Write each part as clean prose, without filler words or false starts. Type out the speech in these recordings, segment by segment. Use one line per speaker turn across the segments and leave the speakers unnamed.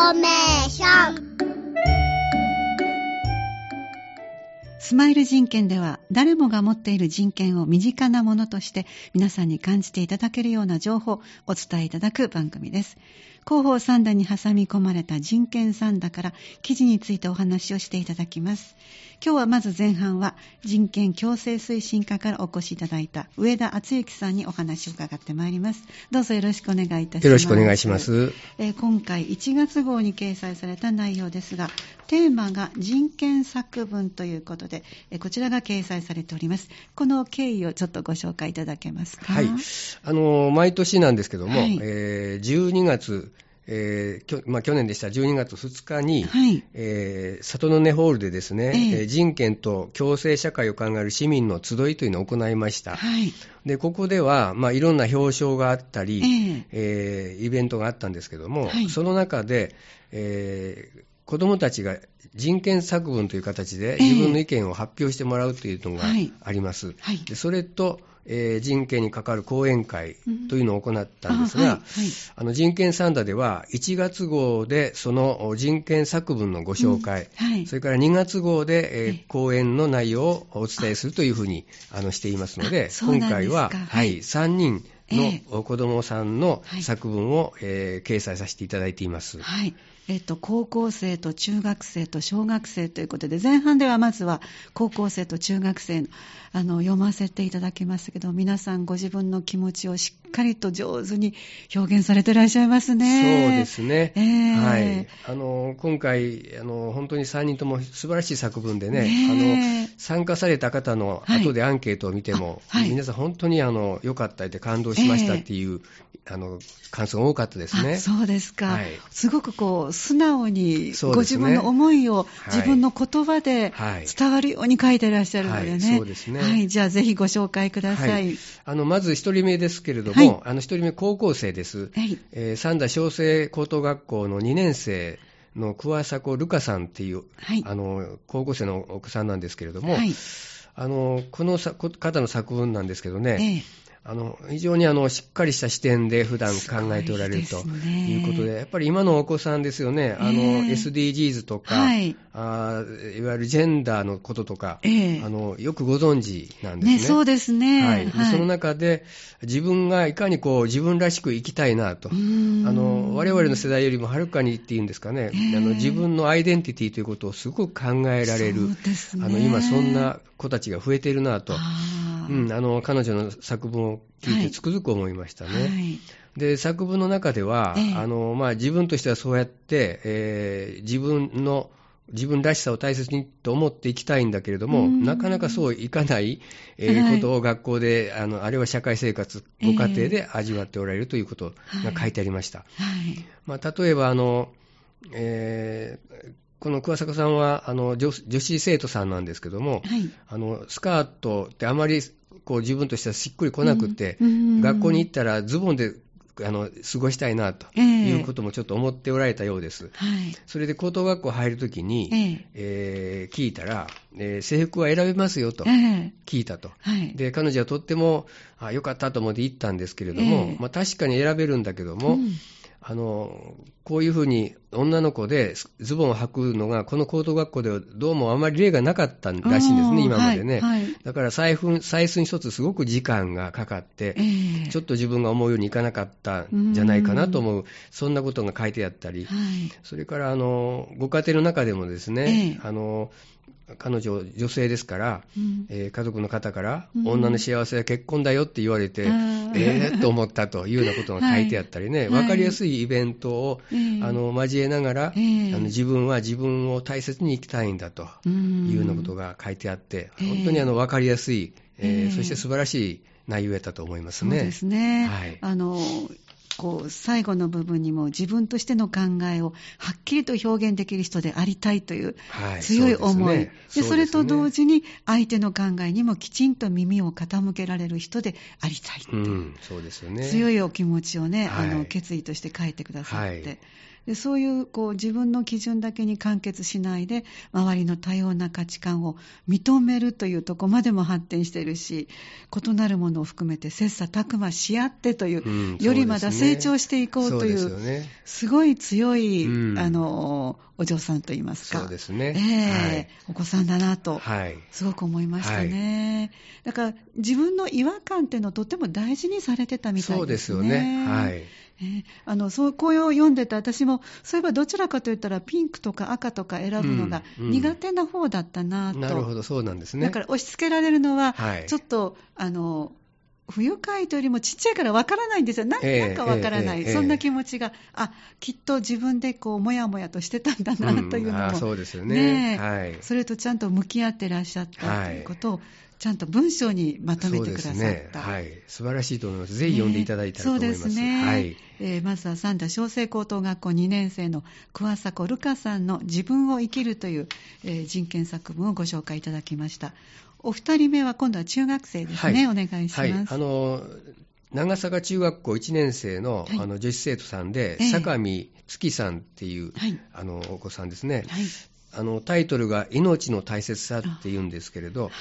ーメーション。
スマイル人権では誰もが持っている人権を身近なものとして皆さんに感じていただけるような情報をお伝えいただく番組です。広報3段に挟み込まれた人権3段から記事についてお話をしていただきます。今日はまず前半は人権共生推進課からお越しいただいた上田敦之さんにお話を伺ってまいります。どうぞよろしくお願いいたします。
よろしくお願いします。
今回1月号に掲載された内容ですが、テーマが人権作文ということで、こちらが掲載されております。この経緯をちょっとご紹介いただけますか。
はい、毎年なんですけども、
はい
12月去年でした12月2日に、
はい
里の根ホールでですね、人権と共生社会を考える市民の集いというのを行いました。
はい、
でここでは、いろんな表彰があったり、イベントがあったんですけども、
はい、
その中で、子どもたちが人権作文という形で自分の意見を発表してもらうというのがあります。
はい、
でそれと人権に関わる講演会というのを行ったんですが、人権サンダでは1月号でその人権作文のご紹介、それから2月号で、講演の内容をお伝えするというふうにしていますので、今回は、3人の子どもさんの作文を、掲載させていただいています。
はい、高校生と中学生と小学生ということで、前半ではまずは高校生と中学生読ませていただきますけど、皆さんご自分の気持ちをしっかりと上手に表現されていらっしゃいますね。
そうですね、はい、今回本当に3人とも素晴らしい作文でね、参加された方の後でアンケートを見ても、皆さん本当に良かったって感動しましたっていう、感想が多かったですね。
そうですか、
はい、
すごく素直にご自分の思いを自分の言葉で伝わるように書いていらっしゃるのでね。
そうですね。
はい、じゃあぜひご紹介ください。
まず1人目ですけれども、1人目高校生です。三田小生高等学校の2年生の桑迫ルカさんっていう、高校生のお子さんなんですけれども、この方の作文なんですけどね、非常にしっかりした視点で普段考えておられるということで、やっぱり今のお子さんですよね、SDGs とか、いわゆるジェンダーのこととか、よくご存知なんですね。
そうですね。
でその中で自分がいかに自分らしく生きたいなと、我々の世代よりもはるかにっていうんですかね、自分のアイデンティティということをすごく考えられる、今そんな子たちが増えているなと。彼女の作文を聞いてつくづく思いましたね。で作文の中では、自分としてはそうやって、自分らしさを大切にと思っていきたいんだけれども、なかなかそういかない、ことを学校であるいは社会生活ご家庭で味わっておられるということが書いてありました。例えばこの桑迫さんは女子生徒さんなんですけども、スカートってあまり自分としてはしっくりこなくて、学校に行ったらズボンで過ごしたいなということもちょっと思っておられたようです。それで高等学校入るときに、聞いたら、制服は選べますよと聞いたと。で彼女はとっても良かったと思って行ったんですけれども、確かに選べるんだけども、こういうふうに女の子でズボンを履くのがこの高等学校ではどうもあまり例がなかったらしいんですね、今までね。だから採寸一つすごく時間がかかって、ちょっと自分が思うようにいかなかったんじゃないかなと思う、そんなことが書いてあったり、それからご家庭の中でもですね、彼女女性ですから、家族の方から女の幸せは結婚だよって言われて、と思ったというようなことが書いてあったりね、分かりやすいイベントを交えながら、自分は自分を大切に生きたいんだというようなことが書いてあって、本当に分かりやすい、そして素晴らしい内容だったと思いますね。
そうですね。最後の部分にも自分としての考えをはっきりと表現できる人でありたいという強い思い、それと同時に相手の考えにもきちんと耳を傾けられる人でありたいという、
そうですよね、
強いお気持ちをね、決意として書いてくださって、 でそういう自分の基準だけに完結しないで周りの多様な価値観を認めるというところまでも発展しているし、異なるものを含めて切磋琢磨し合ってという、よりまだ成長していこうという、すごい強い、お嬢さんといいますか、
そうですね、
お子さんだなと、すごく思いましたね。だから自分の違和感っていうのをとても大事にされてたみたいですね。
そうですよね。
そうこう読んでて、私もそういえばどちらかといったらピンクとか赤とか選ぶのが苦手な方だったなと。
なるほど、そうなんですね。
だから押し付けられるのはちょっと、不愉快というよりもちっちゃいからわからないんですよ。なんかわからない、そんな気持ちが、きっと自分でもやもやとしてたんだなというのも、
そうですよね。
それとちゃんと向き合ってらっしゃったということを、ちゃんと文章にまとめてくださった。そうです
ね。素晴らしいと思います。ぜひ読んでいただいたらと思います。
そうですね。まずは三田小生高等学校2年生の桑迫瑠香さんの自分を生きるという、人権作文をご紹介いただきました。お二人目は今度は中学生ですね。お願いします。
長坂中学校1年生の、女子生徒さんで、坂見月さんっていう、お子さんですね。タイトルが命の大切さっていうんですけれど、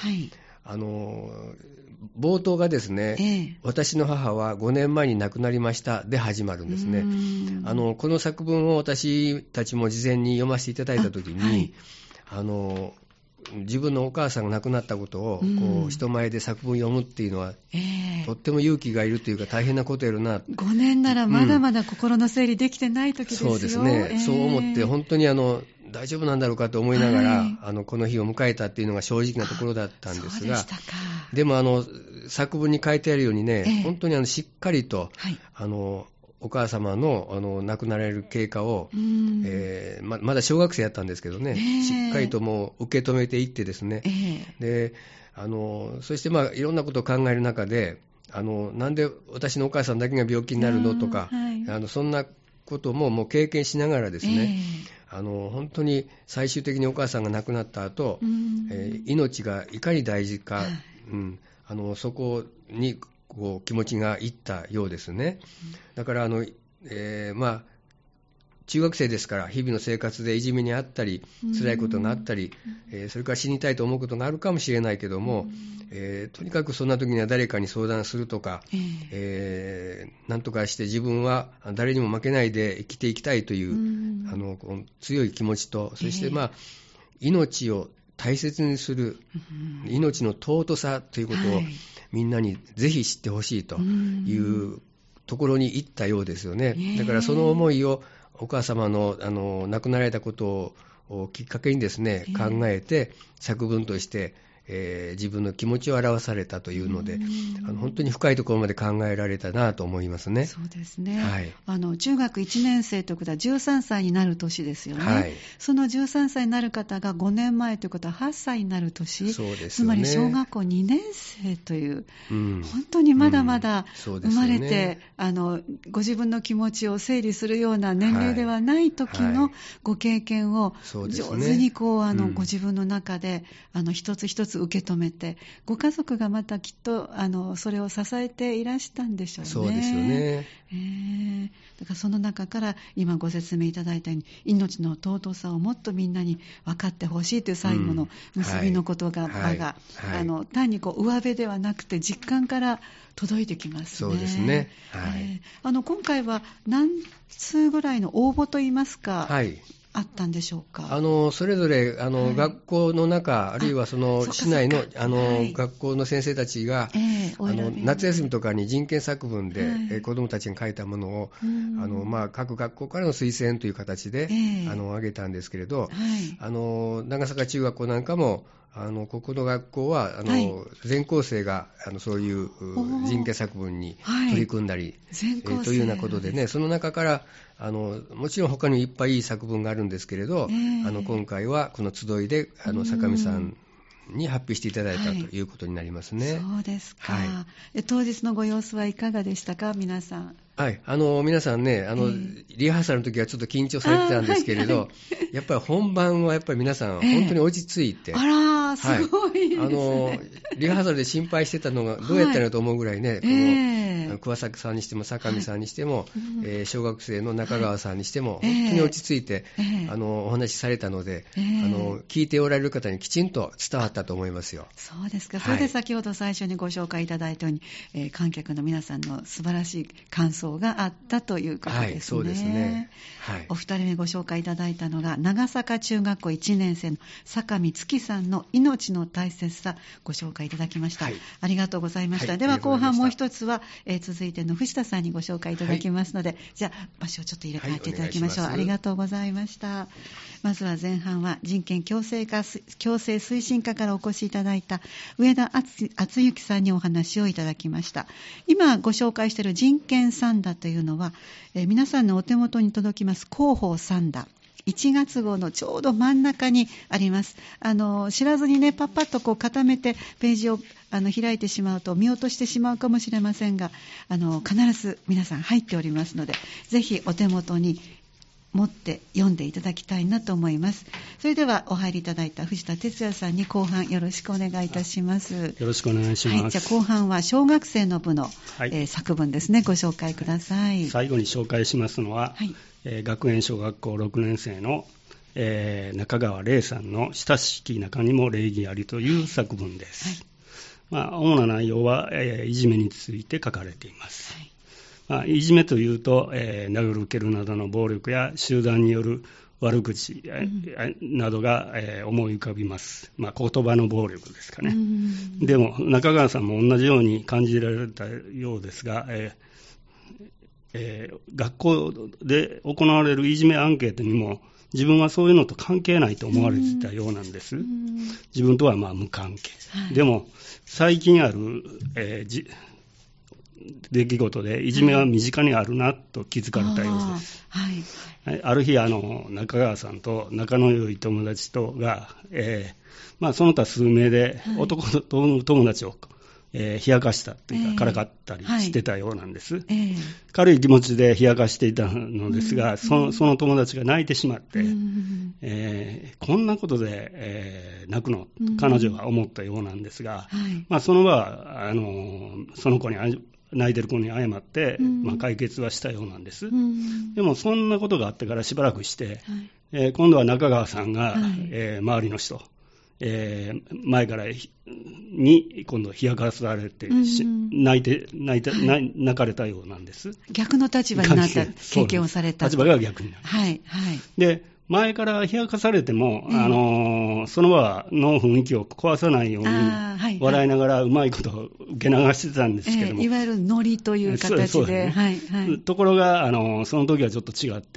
冒頭がですね、私の母は5年前に亡くなりましたで始まるんですね。この作文を私たちも事前に読ませていただいたときに、自分のお母さんが亡くなったことを人前で作文読むっていうのは、とっても勇気がいるというか大変なことやるな。
5年ならまだまだ心の整理できてない時ですよ。
そうですね、そう思って本当に大丈夫なんだろうかと思いながら、この日を迎えたっていうのが正直なところだったんですが、でも作文に書いてあるようにね、本当にしっかりと、お母様の亡くなられる経過を、まだ小学生やったんですけどね、しっかりともう受け止めていってですね、でそしていろんなことを考える中で、なんで私のお母さんだけが病気になるのとか、そんなことももう経験しながらですね、本当に最終的にお母さんが亡くなった後、命がいかに大事か、そこに気持ちがいったようですね。だから中学生ですから、日々の生活でいじめにあったり、辛いことがあったり、それから死にたいと思うことがあるかもしれないけども、とにかくそんな時には誰かに相談するとか、なんとかして自分は誰にも負けないで生きていきたいという、強い気持ちと、そして命を大切にする、命の尊さということをみんなにぜひ知ってほしいというところに行ったようですよね。だからその思いをお母様の亡くなられたことをきっかけにですね、考えて作文として自分の気持ちを表されたというので、本当に深いところまで考えられたなと思いますね。
そうですね、中学1年生ということは13歳になる年ですよね、その13歳になる方が5年前ということは8歳になる年、
そうですよね、
つまり小学校2年生という、本当にまだまだ生まれて、ご自分の気持ちを整理するような年齢ではない時のご経験を上手にご自分の中で一つ一つ受け止めて、ご家族がまたきっとそれを支えていらしたんでしょうね。
そうですよね。
だからその中から今ご説明いただいたように、命の尊さをもっとみんなに分かってほしいという最後の結びの言葉が、単に上辺ではなくて実感から届いてきますね。
そうですね、
今回は何通ぐらいの応募といいますか、あったんでしょうか。
それぞれ学校の中、あるいはその市内の学校の先生たちが、夏休みとかに人権作文で、子どもたちに書いたものを、各学校からの推薦という形で、挙げたんですけれど、長坂中学校なんかもここの学校は全校生がそういう人権作文に取り組んだり、というようなことでね、その中からもちろん他にもいっぱいいい作文があるんですけれど、今回はこの集いで坂見さんに発表していただいたということになりますね。
そうですか、当日のご様子はいかがでしたか、皆さん。
皆さんね、リハーサルの時はちょっと緊張されてたんですけれど、やっぱり本番はやっぱり皆さん本当に落ち着いて、
すごいですね。
リハーサルで心配してたのがどうやったのと思うぐらいね、 桑崎さんにしても坂見さんにしても、小学生の中川さんにしても、本当に落ち着いて、お話しされたので、聞いておられる方にきちんと伝わったと思いますよ。
そうですか。それで先ほど最初にご紹介いただいたように、観客の皆さんの素晴らしい感想があったということですね。
そうですね。
お二人目ご紹介いただいたのが、長坂中学校1年生の坂見月さんの命の大切さ、ご紹介いただきました。ありがとうございました。では後半もう一つは、続いての藤田さんにご紹介いただきますので、じゃあ場所をちょっと入れ替えていただきましょう。ありがとうございました。まずは前半は人権共生推進課からお越しいただいた上田敦之さんにお話をいただきました。今ご紹介している人権三打というのは、皆さんのお手元に届きます広報三打、1月号のちょうど真ん中にあります。知らずにね、パッパッとこう固めてページを開いてしまうと見落としてしまうかもしれませんが、必ず皆さん入っておりますので、ぜひお手元に持って読んでいただきたいなと思います。それではお入りいただいた藤田哲也さんに後半よろしくお願いいたします。
よろしくお願いします。
じゃあ後半は小学生の部の、作文ですね、ご紹介ください。
最後に紹介しますのは、学園小学校6年生の、中川玲さんの親しき中にも礼儀ありという作文です。主な内容は、いじめについて書かれています。いじめというと、殴る蹴るなどの暴力や集団による悪口、などが、思い浮かびます。言葉の暴力ですかね。でも中川さんも同じように感じられたようですが、学校で行われるいじめアンケートにも自分はそういうのと関係ないと思われていたようなんです。自分とは無関係。でも最近ある、出来事でいじめは身近にあるなと気づかれたようです。ある日中川さんと仲の良い友達とが、その他数名で男の友達を、冷やかしたというか、からかったりしてたようなんです。軽い気持ちで冷やかしていたのですが、その友達が泣いてしまって、こんなことで、泣くの、彼女は思ったようなんですが、その場はその子に泣いてる子に謝って、解決はしたようなんです。でもそんなことがあってからしばらくして、今度は中川さんが、周りの人、前からに今度冷やかされて、泣かれたようなんです。
逆の立場になった経験をされた。
立場が逆になる。で前から冷やかされても、その場の雰囲気を壊さないように、笑いながらうまいことを受け流してたんですけども、
いわゆるノリという形で、
ところがその時はちょっと違って、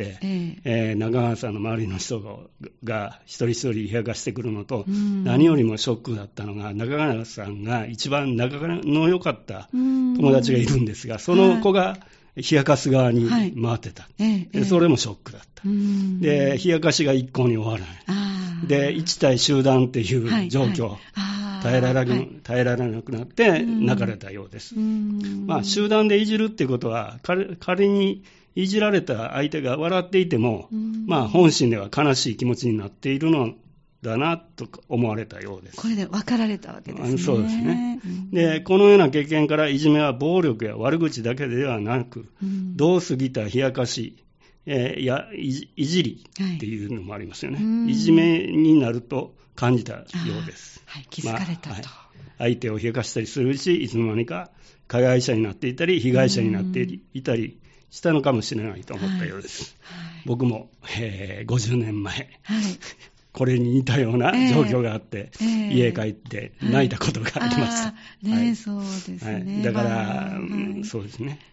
中川さんの周りの人が一人一人冷やかしてくるのと、何よりもショックだったのが、中川さんが一番仲の良かった友達がいるんですが、その子が冷やかす側に回ってた。それもショックだった。で、冷やかしが一向に終わらない。で、一対集団っていう状況、耐えられなくなって泣かれたようです。集団でいじるっていうことは、仮にいじられた相手が笑っていても、本心では悲しい気持ちになっているのだなと思われたようです。
これで分かられたわけですね。
そうですね。で、このような経験からいじめは暴力や悪口だけではなく、度を過ぎた冷やかし、いじりっていうのもありますよね。いじめになると感じたようです。
気づかれたと。
相手を冷やかしたりするし、いつの間にか加害者になっていたり、被害者になっていたりしたのかもしれないと思ったようです。僕も、50年前、これに似たような状況があって、家へ帰って泣いたことがありました。
そうですね。
だから、そうですね。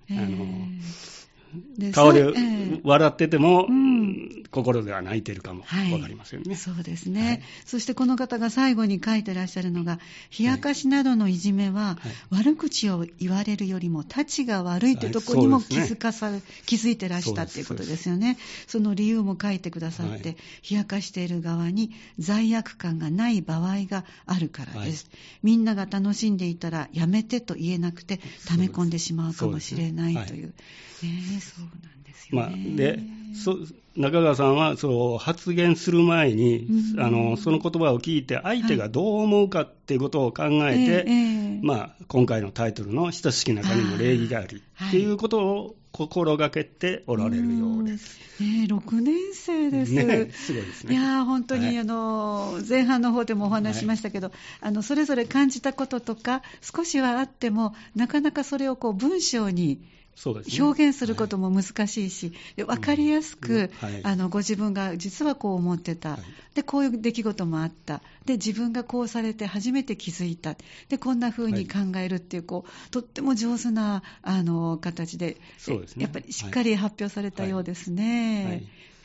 顔で笑ってても、心では泣いているかもわかりませんね。
そうですね。そしてこの方が最後に書いてらっしゃるのが、冷やかしなどのいじめは、悪口を言われるよりも、たちが悪いというところにも気づいてらしたということですよね。その理由も書いてくださって、冷やかしている側に罪悪感がない場合があるからです。みんなが楽しんでいたら、やめてと言えなくて、溜め込んでしまうかもしれないという。そうなんですよね。
で、中川さんはそう発言する前に、その言葉を聞いて相手がどう思うかっていうことを考えて、今回のタイトルの親しき中にも礼儀がありっていうことを心がけておられるようです。
6年生です。
すごいですね。
いや本当に、前半の方でもお話しましたけど、それぞれ感じたこととか少しはあってもなかなかそれを文章に表現することも難しいし、分かりやすく、ご自分が実はこう思ってた、でこういう出来事もあった、で自分がこうされて初めて気づいた、でこんな風に考えるっていう、とっても上手な形で、やっぱりしっかり発表されたようですね。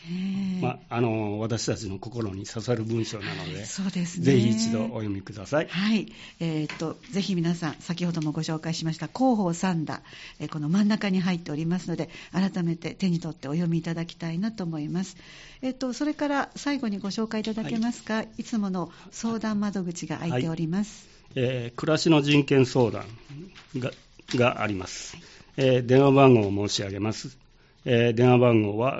私たちの心に刺さる文章なので、
そうですね、
ぜひ一度お読みください。
ぜひ皆さん、先ほどもご紹介しました広報三打、この真ん中に入っておりますので、改めて手に取ってお読みいただきたいなと思います。それから最後にご紹介いただけますか。いつもの相談窓口が開いております。
暮らしの人権相談 があります。電話番号を申し上げます。電話番号は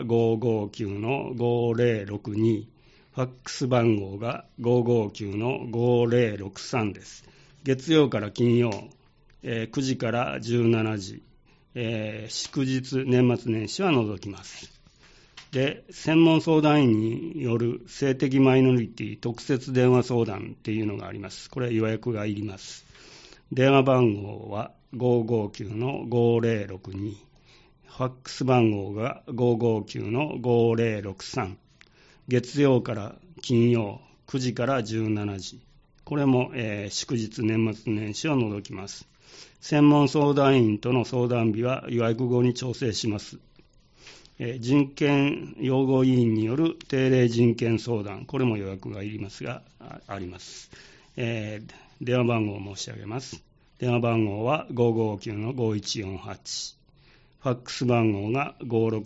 559-5062、ファックス番号が 559-5063 です。月曜から金曜、9時から17時、祝日、年末年始は除きます。で、専門相談員による性的マイノリティ特設電話相談っていうのがあります。これは予約がいります。電話番号は 559-5062、ファックス番号が 559-5063、月曜から金曜9時から17時、これも、祝日、年末年始を除きます。専門相談員との相談日は予約後に調整します。人権擁護委員による定例人権相談、これも予約がいりますが、あります。電話番号を申し上げます。電話番号は 559-5148、ファックス番号が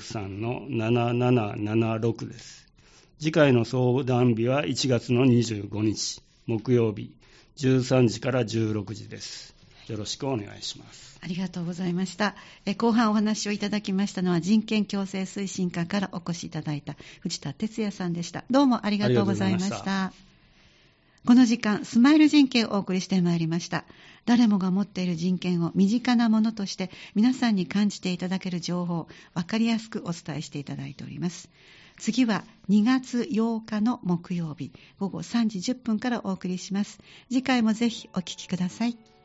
563-7776 です。次回の相談日は1月の25日、木曜日、13時から16時です。よろしくお願いします。
ありがとうございました。後半お話をいただきましたのは、人権共生推進課からお越しいただいた藤田哲也さんでした。どうもありがとうございました。この時間、スマイル人権をお送りしてまいりました。誰もが持っている人権を身近なものとして皆さんに感じていただける情報を分かりやすくお伝えしていただいております。次は2月8日の木曜日午後3時10分からお送りします。次回もぜひお聞きください。